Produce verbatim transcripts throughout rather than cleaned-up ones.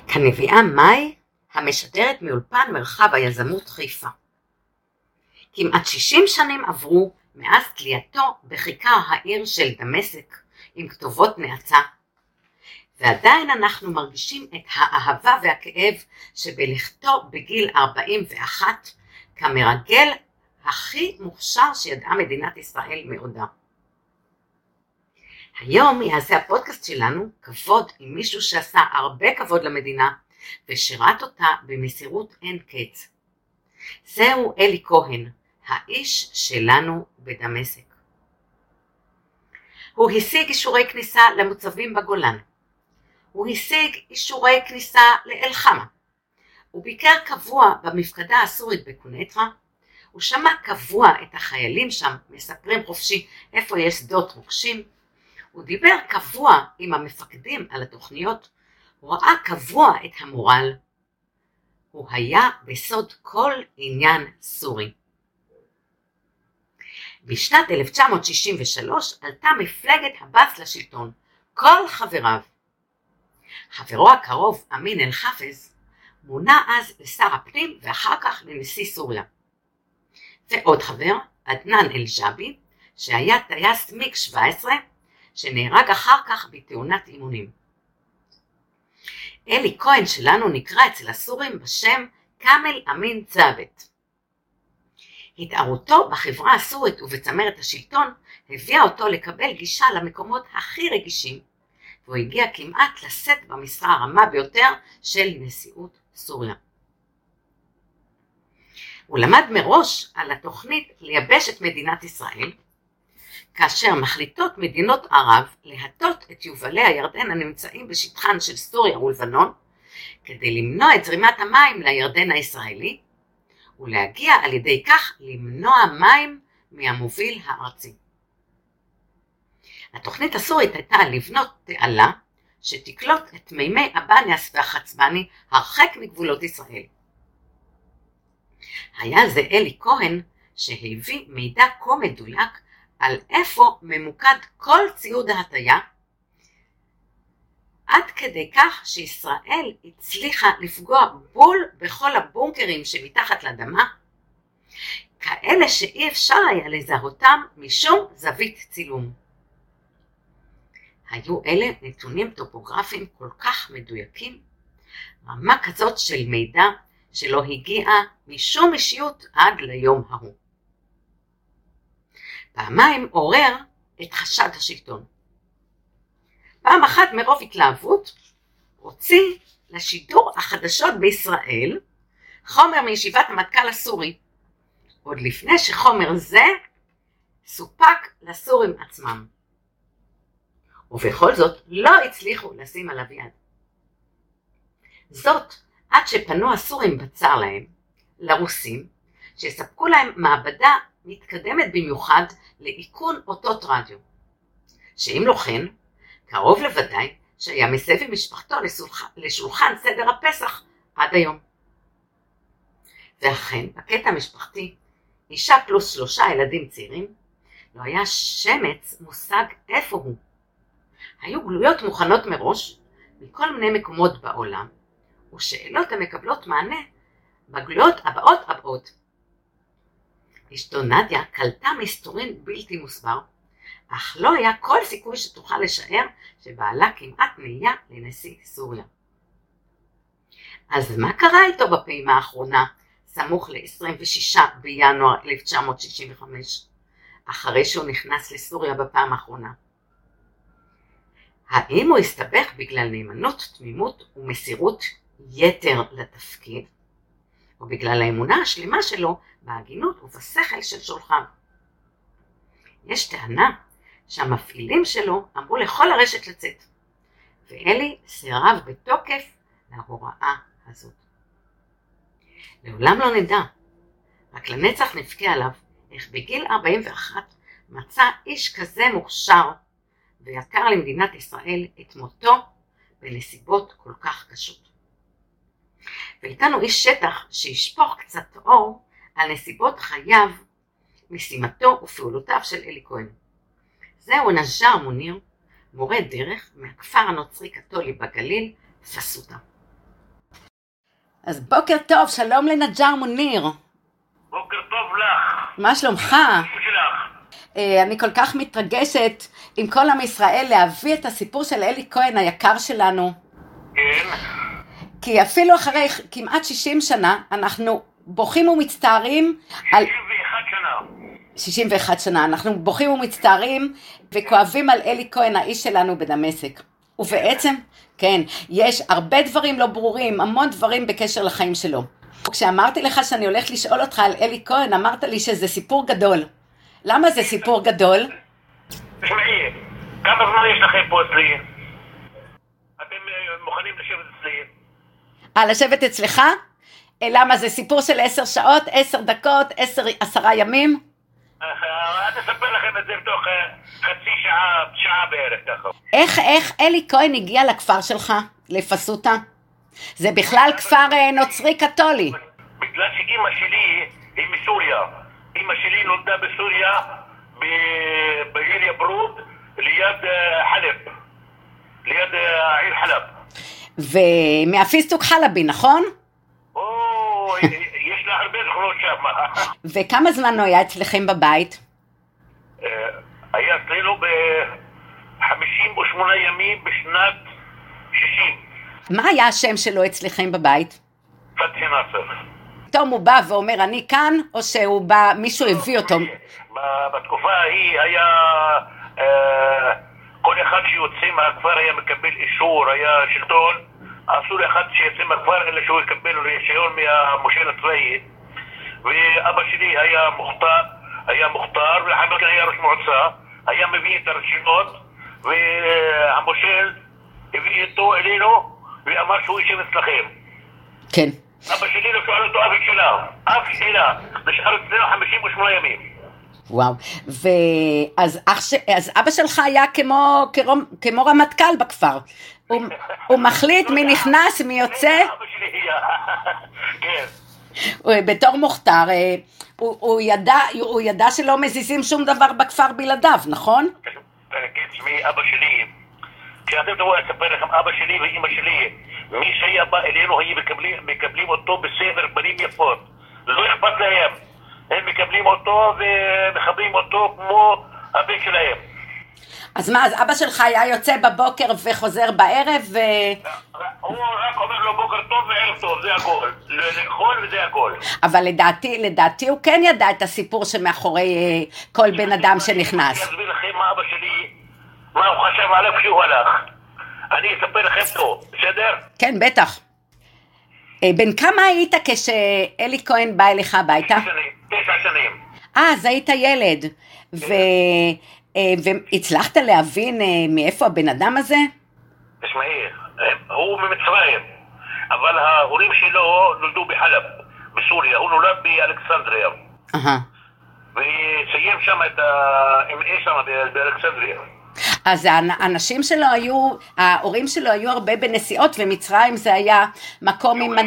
כנביאה מאי המשדרת מאולפן מרחב היזמות חיפה. כמעט שישים שנים עברו מאז תלייתו בכיכר העיר של דמשק עם כתובות נאצה, ועדיין אנחנו מרגישים את האהבה והכאב שבלכתו בגיל ארבעים ואחת כמרגל הכי מוכשר שידעה מדינת ישראל מעודה. היום יעשה הפודקאסט שלנו כבוד עם מישהו שעשה הרבה כבוד למדינה ושירת אותה במסירות אין קץ. זהו אלי כהן, האיש שלנו בדמשק. הוא השיג אישורי כניסה למוצבים בגולן. הוא השיג אישורי כניסה לאל-חמה. הוא ביקר קבוע במפקדה הסורית בקונטרה. הוא שמע קבוע את החיילים שם מספרים חופשי איפה יש שדות מוקשים. הוא דיבר קבוע עם המפקדים על התוכניות. הוא ראה קבוע את המורל. הוא היה בסוד כל עניין סורי. בשנת אלף תשע מאות שישים ושלוש עלתה מפלגת הבאס לשלטון, כל חבריו. חברו הקרוב, אמין אל-חפז, מונה אז לשר הפנים ואחר כך לנשיא סוריה. ועוד חבר, עדנאן אל-ג'אבי, שהיה טייס מיג שבע עשרה, שנהרג אחר כך בתאונת אימונים. אלי כהן שלנו נקרא אצל הסורים בשם כמאל אמין צאבט. התערותו בחברה הסורית ובצמרת השלטון הביאה אותו לקבל גישה למקומות הכי רגישים, והוא הגיע כמעט לשאת במשרה הרמה ביותר של נשיאות סוריה. הוא למד מראש על התוכנית לייבש את מדינת ישראל, כאשר מחליטות מדינות ערב להטות את יובלי הירדן הנמצאים בשטחן של סוריה ולבנון, כדי למנוע את זרימת המים לירדן הישראלי, ולהגיע על ידי כך למנוע מים מהמוביל הארצי. התוכנית הסורית הייתה לבנות תעלה שתקלוט את מימי הבניאס והחצבני הרחק מגבולות ישראל. היה זה אלי כהן שהביא מידע כה מדויק על איפה ממוקד כל ציוד ההטיה, עד כדי כך שישראל הצליחה לפגוע בול בכל הבונקרים שמתחת לאדמה, כאלה שאי אפשר היה לזהותם משום זווית צילום. היו אלה נתונים טופוגרפיים כל כך מדויקים, רמה כזאת של מידע שלא הגיעה משום אישיות עד ליום ההוא. פעמיים עורר את חשד השלטון. פעם אחת מרוב התלהבות הוציא לשידור החדשות בישראל חומר מישיבת המטכ"ל הסורי, עוד לפני שחומר זה סופק לסורים עצמם. ובכל זאת לא הצליחו לשים עליו יד. זאת עד שפנו הסורים בצר להם, לרוסים, שספקו להם מעבדה מתקדמת במיוחד לאיכון אותות רדיו, שאם לא כן, קרוב לוודאי שהיה מסב עם משפחתו לשולחן סדר הפסח עד היום. ואכן, בקטע המשפחתי, אישה פלוס שלושה ילדים צעירים, לא היה שמץ מושג איפה הוא. היו גלויות מוכנות מראש מכל מיני מקומות בעולם, ושאלות המקבלות מענה בגלויות הבאות הבאות. אשתו נדיה קלטה מסתורין בלתי מוסבר, אך לא היה כל סיכוי שתוכל לשער שבעלה כמעט נהיה לנשיא סוריה. אז מה קרה איתו בפעימה האחרונה, סמוך ל-עשרים ושישה בינואר אלף תשע מאות שישים וחמש, אחרי שהוא נכנס לסוריה בפעם האחרונה? האם הוא הסתבך בגלל נאמנות, תמימות ומסירות יתר לתפקיד, או בגלל האמונה השלימה שלו בהגינות ובשכל של שולחיו? יש טענה שהמפעילים שלו אמרו לכל הרשת לצאת, ואלי סירב בתוקף להוראה הזאת. לעולם לא נדע, רק לנצח נבכה עליו איך בגיל ארבעים ואחת מצא איש כזה מוכשר ויקר למדינת ישראל את מותו בנסיבות כל כך קשות. ואיתנו איש שטח שישפוך קצת אור על נסיבות חייו, משימתו ופעולותיו של אלי כהן. זהו נג'אר מוניר, מורה דרך מהכפר הנוצרי קתולי בגליל, פסוטה. אז בוקר טוב, שלום לנג'אר מוניר. בוקר טוב לך. מה שלומך? אני כל כך מתרגשת עם כל עם ישראל להביא את הסיפור של אלי כהן היקר שלנו. כן. כי אפילו אחרי כמעט שישים שנה אנחנו בוכים ומצטערים על... שישים ואחת שנה. שישים ואחת שנה, אנחנו בוכים ומצטערים וכואבים על אלי כהן האיש שלנו בדמשק. ובעצם, כן, יש הרבה דברים לא ברורים, המון דברים בקשר לחיים שלו. כשאמרתי לך שאני הולך לשאול אותך על אלי כהן, אמרת לי שזה סיפור גדול. למה זה סיפור גדול? תשמעי, כמה זמן יש לכם פה אצלי? אתם מוכנים לשבת אצלי? אה, לשבת אצלך? למה זה סיפור של עשר שעות, עשר דקות, עשר, עשרה ימים? אני אספר לכם את זה בתוך חצי שעה, שעה בערך ככה. איך, איך אלי כהן הגיע לכפר שלך, לפסוטה? זה בכלל כפר נוצרי קתולי. בגלל שאימא שלי היא מסוריה. אימא שלי נולדה בסוריה, בעיר יברוד, ליד חלב. ליד העיר חלב. ומהפיסטוק חלבי, נכון? או, יש לה הרבה זכונות שם. וכמה זמן הוא היה אצלכם בבית? היה אצלנו ב-חמישים ושמונה ימים בשנת שישים. מה היה השם שלו אצלכם בבית? פתחי נאסר. פתאום הוא בא ואומר אני כאן, או שהוא בא, מישהו הביא אותו? בתקופה ההיא היה, כל אחד שיוצא מהכפר היה מקבל אישור, היה שלטון, אסור אחד שיוצא מהכפר אלא שהוא יקבל רישיון מהמושל הצבאי. ואבא שלי היה מוכתר, היה מוכתר, ולאחר מכן היה ראש מועצה, היה מביא את הרשימות, והמושל הביא אותו אלינו, ואמר שהוא ישב אצלכם. כן. אבא שלי לא שואל אותו אבא שלה, אבא שלה, נשאר אצלנו חמישים ושמונה ימים. וואו, ואז אח ש... אז אבא שלך היה כמו, כמו, כמו רמטכ"ל בכפר. הוא, הוא מחליט מי נכנס, מי יוצא. אבא שלי היה, כן. בתור מוכתר, הוא, הוא, ידע, הוא ידע שלא מזיזים שום דבר בכפר בלעדיו, נכון? כן, שמי אבא שלי, כשאתם תבואו לספר לכם, אבא שלי ואמא שלי, מי שהיה בא אלינו, היו מקבלים, מקבלים אותו בסדר בנים יפות. לא אכפת להם. הם מקבלים אותו ומחברים אותו כמו הבן שלהם. אז מה, אז אבא שלך היה יוצא בבוקר וחוזר בערב ו... הוא רק אומר לו בוקר טוב וערב טוב, זה הכל. לאכול וזה הכל. אבל לדעתי, לדעתי הוא כן ידע את הסיפור שמאחורי כל בן אדם שנכנס. אני אסביר לכם מה אבא שלי, מה הוא חשב עליו כשהוא הלך. אני אספר לכם פה, בסדר? כן, בטח. בן כמה היית כשאלי כהן בא אליך הביתה? תשע שנים, תשע שנים. אה, אז היית ילד. ו... והצלחת להבין מאיפה הבן אדם הזה? תשמעי, הוא ממצרים, אבל ההורים שלו נולדו בחלב, בסוריה, הוא נולד באלכסנדריה. אהה. וסיים שם את ה-אם איי שם באלכסנדריה. אז האנשים שלו היו, ההורים שלו היו הרבה בנסיעות, ומצרים זה היה מקום עם...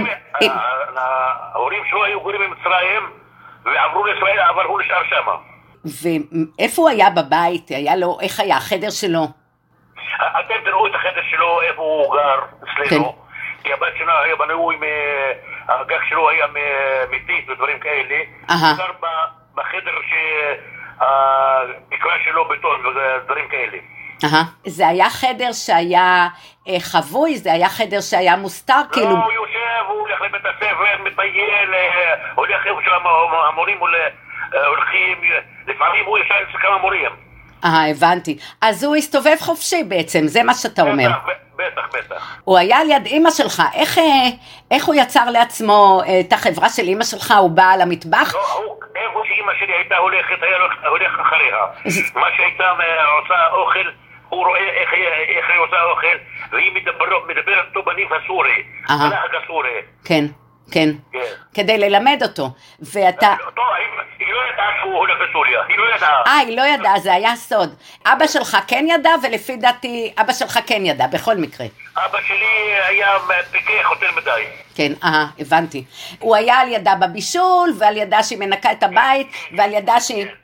ההורים שלו היו גורים במצרים, ועברו לישראל, אבל הוא נשאר שם. ואיפה הוא היה בבית? היה לו, איך היה החדר שלו? אתם תראו את החדר שלו, איפה הוא גר אצלנו. כי הבית שלו היה בנוי, הגג שלו היה מתית ודברים כאלה. הוא גר בחדר שהמקרה שלו בטון ודברים כאלה. זה היה חדר שהיה חבוי? זה היה חדר שהיה מוסתר? לא, הוא יושב, הוא הולך לבית הספר, מטייל, הולך איפה שהמורים הולכים, לפעמים הוא יושב אצל כמה מורים. אה, הבנתי. אז הוא הסתובב חופשי בעצם, זה מה שאתה אומר. בטח, בטח. הוא היה על יד אמא שלך, איך, איך הוא יצר לעצמו את החברה של אמא שלך? הוא בא על המטבח? לא, הוא, איפה שאמא שלי הייתה הולכת, היה הולך אחריה. מה שהייתה עושה אוכל, הוא רואה איך, איך היא עושה אוכל, והיא מדברת, מדברת אותו בניב הסורי, בלחג הסורי. כן. כן, כדי ללמד אותו, ואתה... טוב, היא לא ידעה שהוא הולך לסוריה, היא לא ידעה. אה, היא לא ידעה, זה היה סוד. אבא שלך כן ידע, ולפי דעתי, אבא שלך כן ידע, בכל מקרה. אבא שלי היה פיקח יותר מדי. כן, אה, הבנתי. הוא היה על ידה בבישול, ועל ידה שהיא מנקה את הבית, ועל ידה שהיא...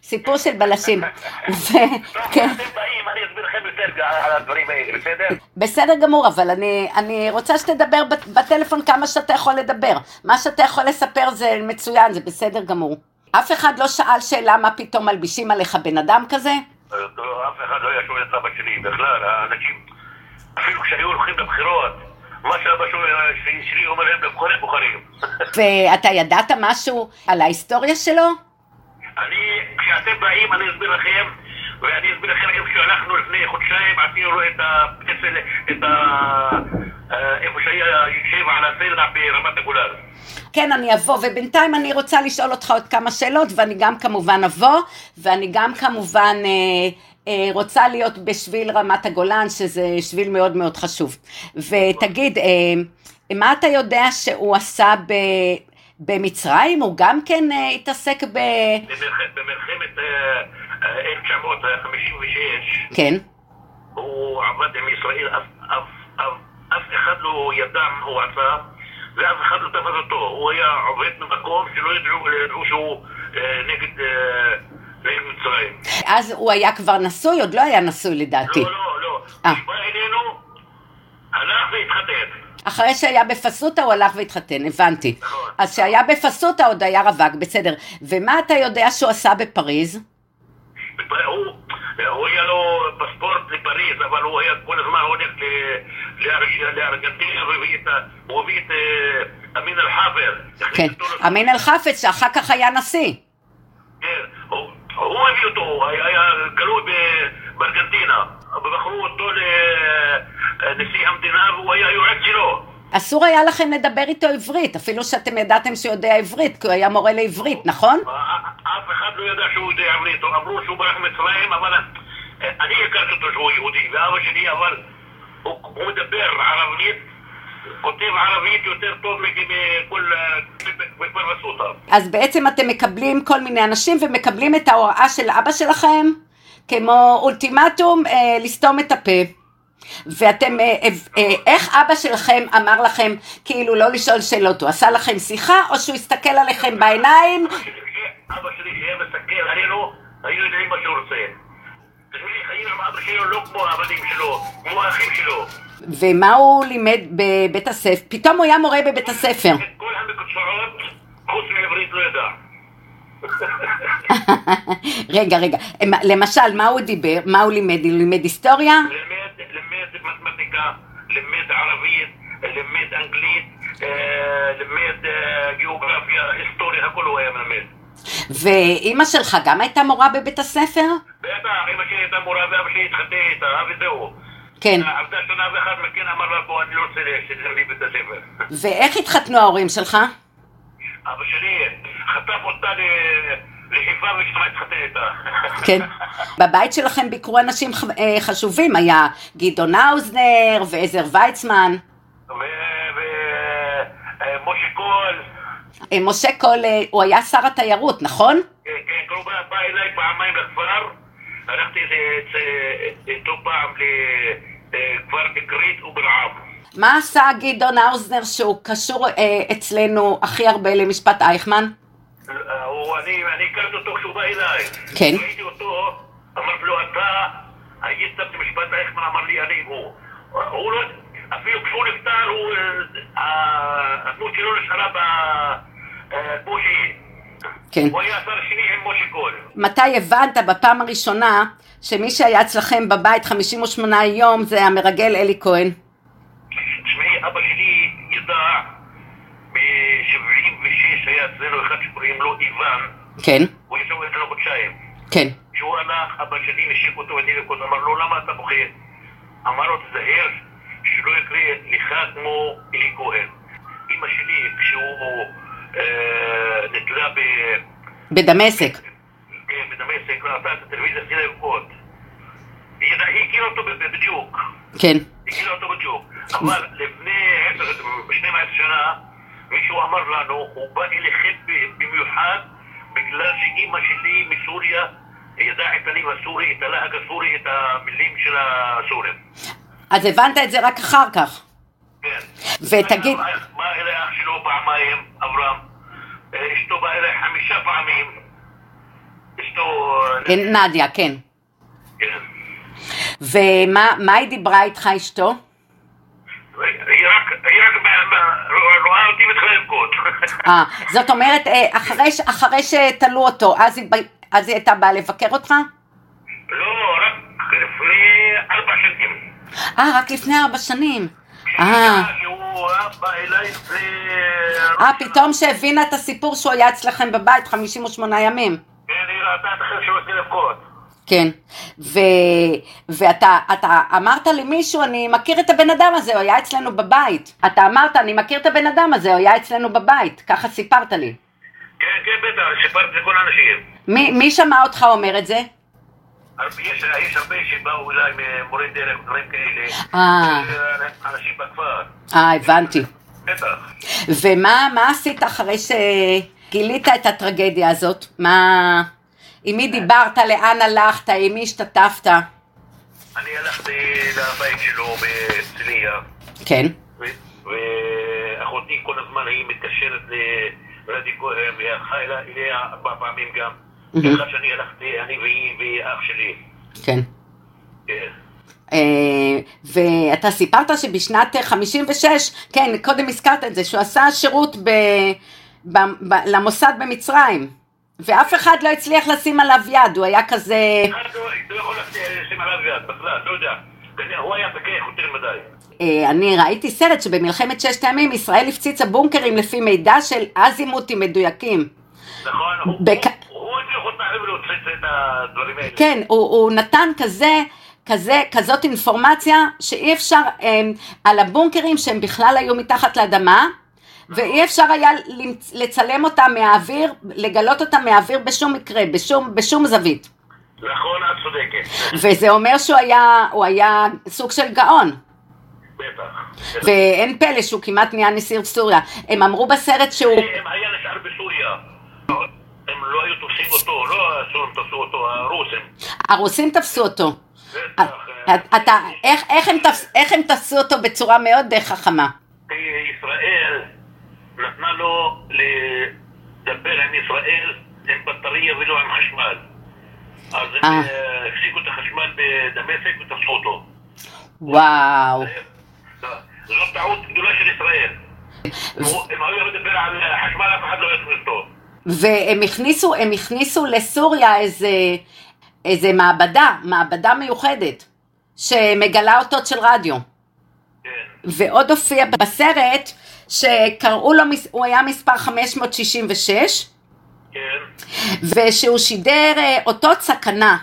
סיפור של בלשים. טוב, אתם באים, אני אסביר לכם יותר על הדברים האלה, בסדר? בסדר גמור, אבל אני, אני רוצה שתדבר בטלפון כמה שאתה יכול לדבר. מה שאתה יכול לספר זה מצוין, זה בסדר גמור. אף אחד לא שאל שאלה מה פתאום מלבישים עליך בן אדם כזה? אף אחד לא היה שואל את אבא שלי, בכלל, האנשים, אפילו כשהיו הולכים לבחירות, מה שאבא שלי אומר להם לבחורים בוחרים. ואתה ידעת משהו על ההיסטוריה שלו? אני, כשאתם באים, אני אסביר לכם, ואני אסביר לכם איפה שאנחנו לפני חודשיים, עשינו לו את ה... את ה... איפה שהיה יושב על הסלע ברמת הגולן. כן, אני אבוא, ובינתיים אני רוצה לשאול אותך עוד כמה שאלות, ואני גם כמובן אבוא, ואני גם כמובן אה, אה, רוצה להיות בשביל רמת הגולן, שזה שביל מאוד מאוד חשוב. ותגיד, אה, מה אתה יודע שהוא עשה ב... במצרים? הוא גם כן uh, התעסק ב... במלחמת uh, אלף תשע מאות חמישים ושש, כן. הוא עבד עם ישראל, אף, אף, אף, אף אחד לא ידע מה הוא עשה, ואף אחד לא תפס אותו. הוא היה עובד במקום שלא ידעו, ידעו שהוא uh, נגד, uh, נגד מצרים. אז הוא היה כבר נשוי? עוד לא היה נשוי לדעתי. לא, לא, לא. הוא בא אלינו, הלך והתחתן. אחרי שהיה בפסוטה הוא הלך והתחתן, הבנתי. אז שהיה בפסוטה עוד היה רווק, בסדר. ומה אתה יודע שהוא עשה בפריז? הוא היה לו פספורט לפריז, אבל הוא היה כל הזמן הולך לארגנטינה, והוא הביא את אמין אל-חאפז. כן, אמין אל-חאפז שאחר כך היה נשיא. כן, הוא הביא אותו, הוא היה גלוי בארגנטינה. ובחרו אותו לנשיא המדינה והוא היה יועץ שלו. אסור היה לכם לדבר איתו עברית, אפילו שאתם ידעתם שהוא יודע עברית, כי הוא היה מורה לעברית, נכון? אף אחד לא ידע שהוא יודע עברית, אמרו שהוא ברח מצרים, אבל אני הכרתי אותו שהוא יהודי, ואבא שלי, אבל הוא מדבר ערבית, כותב ערבית יותר טוב מכל בפרסותה. אז בעצם אתם מקבלים כל מיני אנשים ומקבלים את ההוראה של אבא שלכם? כמו אולטימטום, אה, לסתום את הפה. ואתם, אה, אה, איך אבא שלכם אמר לכם, כאילו לא לשאול שאלות, הוא עשה לכם שיחה, או שהוא הסתכל עליכם בעיניים? אבא שלי שהיה מסתכל עלינו, היו יודעים מה שהוא רוצה. תשמעי, חיים עם אבא שלו לא כמו העבדים שלו, כמו האחים שלו. ומה הוא לימד בבית הספר? פתאום הוא היה מורה בבית הספר. את כל המקצועות, חוץ מעברית לא ידע. רגע, רגע, למשל, מה הוא דיבר? מה הוא לימד? הוא לימד היסטוריה? לימד, לימד מתמטיקה, לימד ערבית, לימד אנגלית, לימד גיאוגרפיה, היסטוריה, הכל הוא היה מלמד. ואמא שלך גם הייתה מורה בבית הספר? בטח, אמא שלי הייתה מורה ואבא שלי התחתן איתה, וזהו. כן. עבדה שנה ואחת מכן אמר לה, בוא, אני לא רוצה שתלמדי בית הספר. ואיך התחתנו ההורים שלך? אבא שלי חטף אותה לחיפה ושם התחתן איתה. כן. בבית שלכם ביקרו אנשים חשובים, היה גדעון האוזנר ועזר ויצמן. ומשה קול. משה קול, הוא היה שר התיירות, נכון? כן, כן, הוא בא אליי פעמיים לכפר, הלכתי איתו פעם לכפר דקרית וברעב. מה עשה גדעון האוזנר שהוא קשור אה, אצלנו הכי הרבה למשפט אייכמן? אני, אני הכרתי אותו כשהוא בא אליי. כן. ראיתי אותו, אמרתי לו, אתה היית במשפט אייכמן, אמר לי, אני הוא. הוא לא, אפילו כשהוא נפטר, הוא, הדמות שלו נשארה בבושי. כן. הוא היה השר השני עם משה קול. מתי הבנת בפעם הראשונה שמי שהיה אצלכם בבית חמישים ושמונה יום זה המרגל אלי כהן? תשמעי, אבא שלי ידע, ב-שבעים ושש היה אצלנו אחד שקוראים לו איוון. כן. הוא ישב אצלנו חודשיים. כן. כשהוא הלך, אבא שלי נשק אותו ונדלק אותו, אמר לו, למה אתה בוכה? אמר לו, תזהר שלא יקרה לך כמו אלי כהן. אמא שלי, כשהוא אה, נתלה ב... בדמשק. כן, בדמשק, ראתה את הטלוויזיה שלה לבכות. היא הכירה אותו בדיוק. כן. הכירה אותו בדיוק. אבל לפני שתים עשרה שנה, מישהו אמר לנו, הוא בא אליכם במיוחד, בגלל שאמא שלי מסוריה, ידע את הלב הסורי, את הלהג הסורי, את המילים של הסורים. אז הבנת את זה רק אחר כך. כן. ותגיד... בא אלי אח שלו פעמיים, אברהם, אשתו בא אלי חמישה פעמים, אשתו... נדיה, כן. כן. ומה היא דיברה איתך אשתו? היא רק רואה אותי מתחילה לבכות. אה, זאת אומרת, אחרי שתלו אותו, אז היא הייתה באה לבקר אותך? לא, רק לפני ארבע שנים. אה, רק לפני ארבע שנים. אה. שהוא בא אליי לפני... אה, פתאום שהבינה את הסיפור שהוא היה אצלכם בבית חמישים ושמונה ימים. כן, היא ראתה את אחר שהוא מתחיל לבכות. כן, ואתה אמרת למישהו, אני מכיר את הבן אדם הזה, הוא היה אצלנו בבית. אתה אמרת, אני מכיר את הבן אדם הזה, הוא היה אצלנו בבית. ככה סיפרת לי. כן, כן, בטח, סיפרתי לכל האנשים. מי שמע אותך אומר את זה? יש הרבה שבאו אליי ממורי דרך, דברים כאלה. אה. אנשים בכפר. אה, הבנתי. בטח. ומה עשית אחרי שגילית את הטרגדיה הזאת? מה... עם מי דיברת, לאן הלכת, עם מי השתתפת? אני הלכתי לבית שלו בהרצליה. כן. ואחותי כל הזמן היא מתקשרת לרדי כהן, והלכה אליה ארבע פעמים גם. ככה שאני הלכתי, אני והיא ואח שלי. כן. כן. ואתה סיפרת שבשנת חמישים ושש, כן, קודם הזכרת את זה, שהוא עשה שירות למוסד במצרים. ואף אחד לא הצליח לשים עליו יד, הוא היה כזה... אחד לא יכול לשים עליו יד, בכלל, לא יודע. הוא היה פקח יותר מדי. אני ראיתי סרט שבמלחמת ששת הימים ישראל הפציצה בונקרים לפי מידע של אזימוטים מדויקים. נכון, הוא הצליח אותה להוציא את הדברים האלה. כן, הוא נתן כזה... כזה, כזאת אינפורמציה שאי אפשר על הבונקרים שהם בכלל היו מתחת לאדמה, ואי אפשר היה לצלם אותה מהאוויר, לגלות אותה מהאוויר בשום מקרה, בשום, בשום זווית. נכון, את צודקת. וזה אומר שהוא היה, הוא היה סוג של גאון. בטח. ואין פלא שהוא כמעט נהיה נשיא סוריה. הם אמרו בסרט שהוא... הם היה נשאר בסוריה. הם לא היו תופסים אותו, לא הסורים תפסו אותו, הרוסים. הרוסים תפסו אותו. בטח. אתה, איך, איך הם תפס, איך הם תפסו אותו בצורה מאוד חכמה? ישראל נתנה לו לדבר עם ישראל עם בטריה ולא עם חשמל. אז הם הפסיקו את החשמל בדמשק ותפסו אותו. וואו. זו טעות גדולה של ישראל. אם היו לדבר על חשמל אף אחד לא יתחיל אותו. והם הכניסו, הם הכניסו לסוריה איזה, איזה מעבדה, מעבדה מיוחדת, שמגלה אותות של רדיו. כן. ועוד הופיע בסרט, שקראו לו, הוא היה מספר חמש מאות שישים ושש, כן. ושהוא שידר אותות סכנה.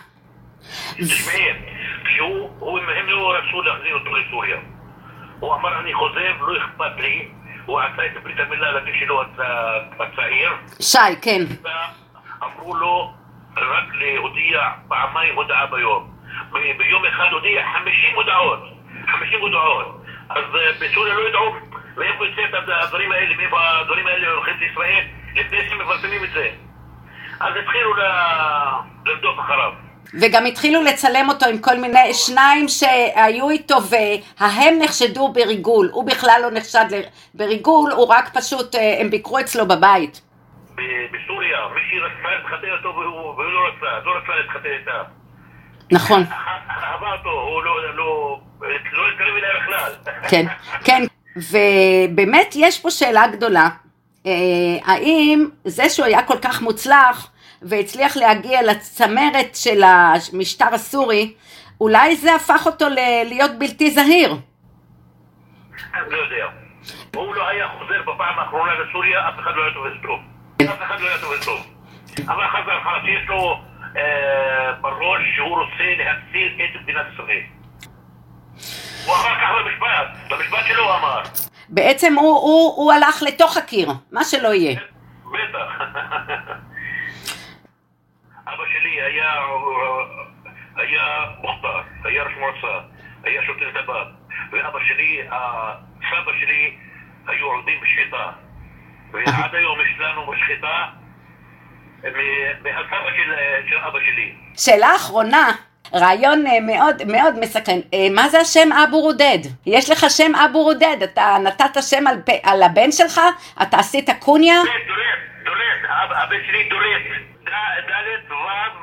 תשמעי, כשהוא, הם לא רצו להחזיר אותו לסוריה. הוא אמר, אני חוזר, לא אכפת לי. הוא עשה את ברית המילה לגיל שלו הצעיר. שי, כן. אמרו לו רק להודיע פעמיים הודעה ביום. ביום אחד הודיע חמישים הודעות. חמישים הודעות. אז בסוריה לא ידעו מאיפה יצא את הדברים האלה, מאיפה הדברים האלה הולכים לישראל, לפני שמפרסמים את זה. אז התחילו לרדוף אחריו. וגם התחילו לצלם אותו עם כל מיני שניים שהיו איתו וההם נחשדו בריגול. הוא בכלל לא נחשד בריגול, הוא רק פשוט, הם ביקרו אצלו בבית. בסוריה, מישהי רצה להתחתן אותו והוא לא רצה, לא רצה להתחתן איתה. נכון. אהבה אותו, הוא לא התקרב אליה בכלל. כן, כן. ובאמת יש פה שאלה גדולה. האם זה שהוא היה כל כך מוצלח והצליח להגיע לצמרת של המשטר הסורי, אולי זה הפך אותו להיות בלתי זהיר? אני לא יודע. הוא לא היה חוזר בפעם האחרונה לסוריה, אף אחד לא היה תופס טוב. אף אחד לא היה תופס טוב. אבל חזר חלק שיש לו בראש שהוא רוצה להציל את מדינת ישראל. הוא אמר כך במשפט, במשפט שלו הוא אמר. בעצם הוא, הוא, הוא הלך לתוך הקיר, מה שלא יהיה. בטח. אבא שלי היה, היה מוכתר, היה ראש מועצה, היה שוטר דבאב, ואבא שלי, סבא שלי, היו עובדים בשחיטה. ועד היום יש לנו בשחיטה מהסבא של, של אבא שלי. שאלה אחרונה, רעיון מאוד מאוד מסקרן, מה זה השם אבו רודד? יש לך שם אבו רודד, אתה נתת שם על, על הבן שלך? אתה עשית קוניה? דולט, דולט, דולט, הבן שלי דולט, דלת, וו,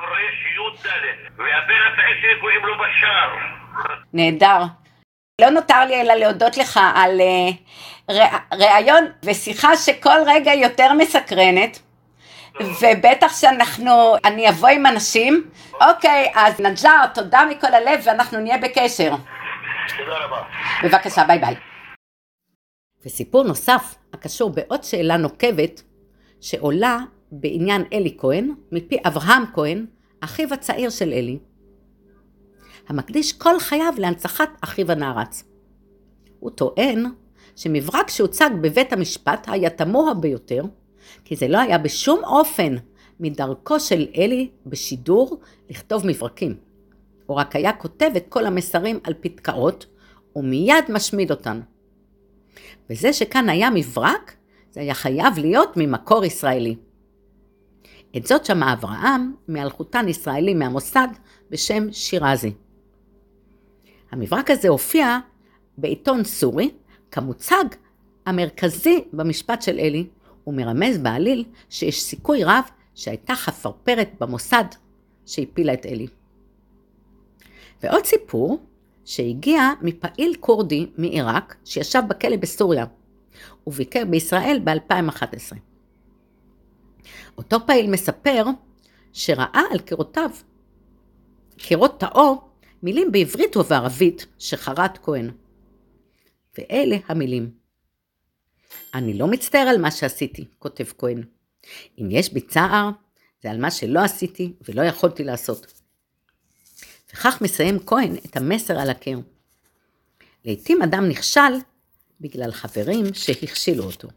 והבן הצעיר קוראים לו בשאר. נהדר. לא נותר לי אלא להודות לך על uh, ראיון ושיחה שכל רגע יותר מסקרנת, ובטח שאנחנו, אני אבוא עם אנשים. אוקיי, אז נג'אר, תודה מכל הלב, ואנחנו נהיה בקשר. תודה רבה. בבקשה, ביי ביי. וסיפור נוסף, הקשור בעוד שאלה נוקבת, שעולה בעניין אלי כהן, מפי אברהם כהן, אחיו הצעיר של אלי, המקדיש כל חייו להנצחת אחיו הנערץ. הוא טוען שמברק שהוצג בבית המשפט היה תמוה ביותר, כי זה לא היה בשום אופן מדרכו של אלי בשידור לכתוב מברקים. הוא רק היה כותב את כל המסרים על פתקאות, ומיד משמיד אותן. וזה שכאן היה מברק, זה היה חייב להיות ממקור ישראלי. את זאת שמע אברהם מאלחותן ישראלי מהמוסד בשם שירזי. המברק הזה הופיע בעיתון סורי כמוצג המרכזי במשפט של אלי, ומרמז בעליל שיש סיכוי רב שהייתה חפרפרת במוסד שהפילה את אלי. ועוד סיפור שהגיע מפעיל קורדי מעיראק שישב בכלא בסוריה וביקר בישראל ב-אלפיים ואחת עשרה. אותו פעיל מספר שראה על קירותיו, קירות תאו, מילים בעברית ובערבית שחרט כהן. ואלה המילים: אני לא מצטער על מה שעשיתי, כותב כהן. אם יש בי צער, זה על מה שלא עשיתי ולא יכולתי לעשות. וכך מסיים כהן את המסר על הקיר. לעתים אדם נכשל בגלל חברים שהכשילו אותו.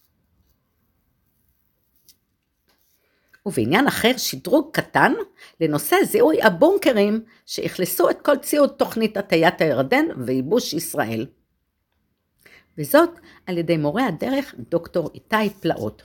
ובעניין אחר שדרוג קטן לנושא זיהוי הבונקרים שהכלסו את כל ציוד תוכנית הטיית הירדן וייבוש ישראל. וזאת על ידי מורה הדרך דוקטור איתי פלאות.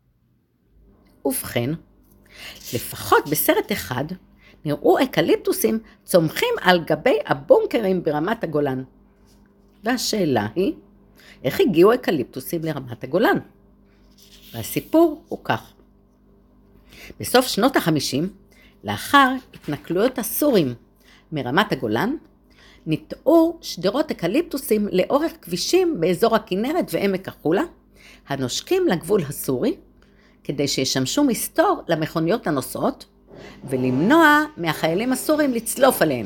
ובכן, לפחות בסרט אחד נראו אקליפטוסים צומחים על גבי הבונקרים ברמת הגולן. והשאלה היא, איך הגיעו אקליפטוסים לרמת הגולן? והסיפור הוא כך. בסוף שנות החמישים, לאחר התנכלויות הסורים מרמת הגולן, נטעו שדרות אקליפטוסים לאורך כבישים באזור הכנרת ועמק החולה, הנושקים לגבול הסורי, כדי שישמשו מסתור למכוניות הנוסעות, ולמנוע מהחיילים הסורים לצלוף עליהם.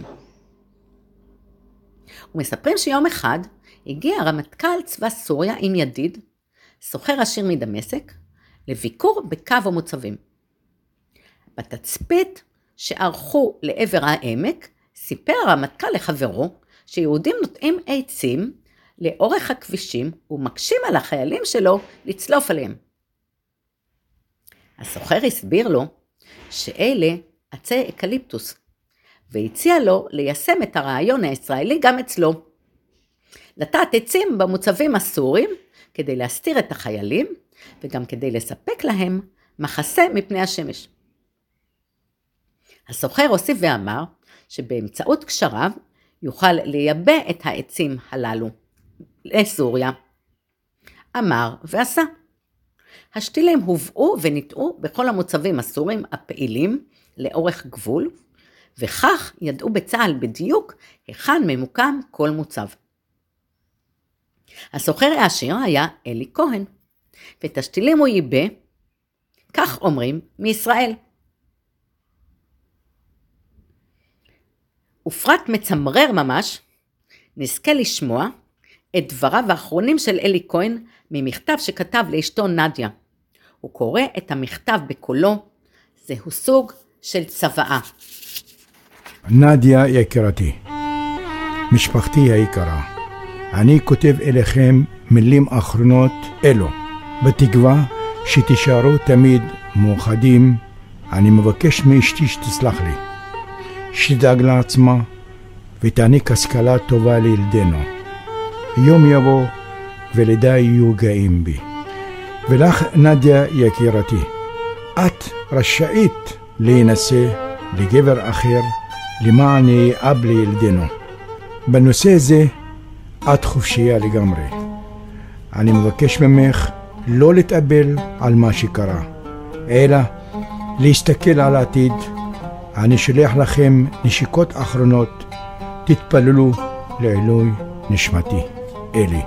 ומספרים שיום אחד הגיע רמטכ"ל צבא סוריה עם ידיד, סוחר עשיר מדמשק, לביקור בקו המוצבים. בתצפית שערכו לעבר העמק, סיפר הרמטכ"ל לחברו שיהודים נוטעים עצים לאורך הכבישים ומקשים על החיילים שלו לצלוף עליהם. הסוחר הסביר לו שאלה עצי אקליפטוס, והציע לו ליישם את הרעיון הישראלי גם אצלו. לטעת עצים במוצבים הסורים כדי להסתיר את החיילים, וגם כדי לספק להם מחסה מפני השמש. הסוחר הוסיף ואמר שבאמצעות קשריו יוכל לייבא את העצים הללו לסוריה. אמר ועשה. השתילים הובאו וניטעו בכל המוצבים הסורים הפעילים לאורך גבול, וכך ידעו בצה"ל בדיוק היכן ממוקם כל מוצב. הסוחר העשיר היה אלי כהן, ואת השתילים הוא ייבא, כך אומרים, מישראל. ופרט מצמרר ממש, נזכה לשמוע את דבריו האחרונים של אלי כהן ממכתב שכתב לאשתו נדיה. הוא קורא את המכתב בקולו, זהו סוג של צוואה. נדיה יקרתי, משפחתי היקרה, אני כותב אליכם מילים אחרונות אלו, בתקווה שתישארו תמיד מאוחדים. אני מבקש מאשתי שתסלח לי, שתדאג לעצמה ותעניק השכלה טובה לילדינו. יום יבוא ולידה יהיו גאים בי. ולך נדיה יקירתי, את רשאית להינשא לגבר אחר למען יהיה אב לילדינו. בנושא זה את חופשייה לגמרי. אני מבקש ממך לא להתאבל על מה שקרה, אלא להסתכל על העתיד. אני שולח לכם נשיקות אחרונות, תתפללו לעילוי נשמתי. אלי.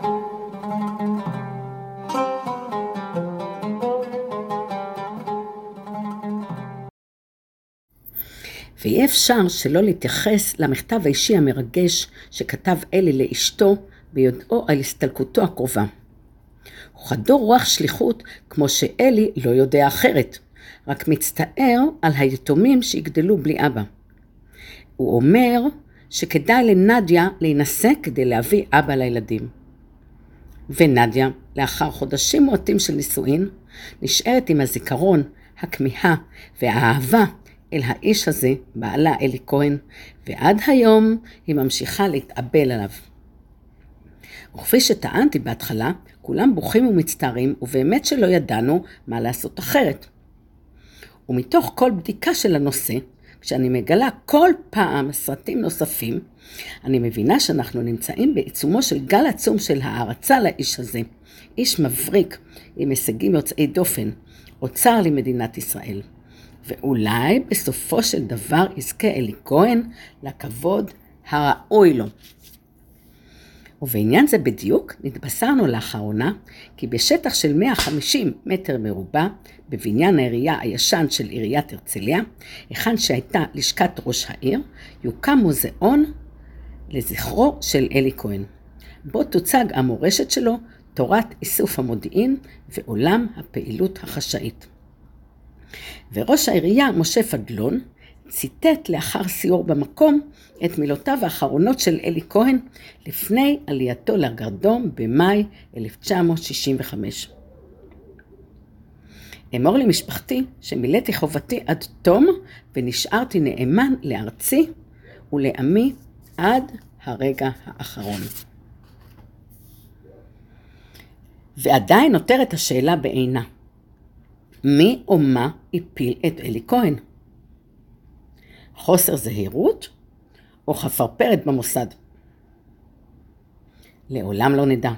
ואי אפשר שלא להתייחס למכתב האישי המרגש שכתב אלי לאשתו ביודעו על הסתלקותו הקרובה. הוא חדור רוח שליחות כמו שאלי לא יודע אחרת, רק מצטער על היתומים שיגדלו בלי אבא. הוא אומר שכדאי לנדיה להינשא כדי להביא אבא לילדים. ונדיה, לאחר חודשים מועטים של נישואין, נשארת עם הזיכרון, הכמיהה והאהבה אל האיש הזה, בעלה אלי כהן, ועד היום היא ממשיכה להתאבל עליו. וכפי שטענתי בהתחלה, כולם בוכים ומצטערים, ובאמת שלא ידענו מה לעשות אחרת. ומתוך כל בדיקה של הנושא, כשאני מגלה כל פעם סרטים נוספים, אני מבינה שאנחנו נמצאים בעיצומו של גל עצום של הערצה לאיש הזה, איש מבריק עם הישגים יוצאי דופן, אוצר למדינת ישראל. ואולי בסופו של דבר יזכה אלי כהן לכבוד הראוי לו. ובעניין זה בדיוק נתבשרנו לאחרונה כי בשטח של מאה וחמישים מטר מרובע בבניין העירייה הישן של עיריית הרצליה, היכן שהייתה לשכת ראש העיר, יוקם מוזיאון לזכרו של אלי כהן. בו תוצג המורשת שלו, תורת איסוף המודיעין ועולם הפעילות החשאית. וראש העירייה משה פדלון ציטט לאחר סיור במקום את מילותיו האחרונות של אלי כהן לפני עלייתו לגרדום במאי אלף תשע מאות שישים וחמש. אמור למשפחתי שמילאתי חובתי עד תום ונשארתי נאמן לארצי ולעמי עד הרגע האחרון. ועדיין נותרת השאלה בעינה. מי או מה הפיל את אלי כהן? חוסר זהירות או חפרפרת במוסד? לעולם לא נדע.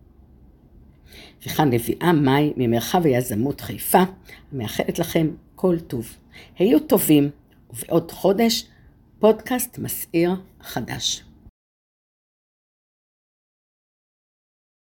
וכאן נביאה מאי ממרחב היזמות חיפה, מאחלת לכם כל טוב. היו טובים, ובעוד חודש פודקאסט מסעיר חדש.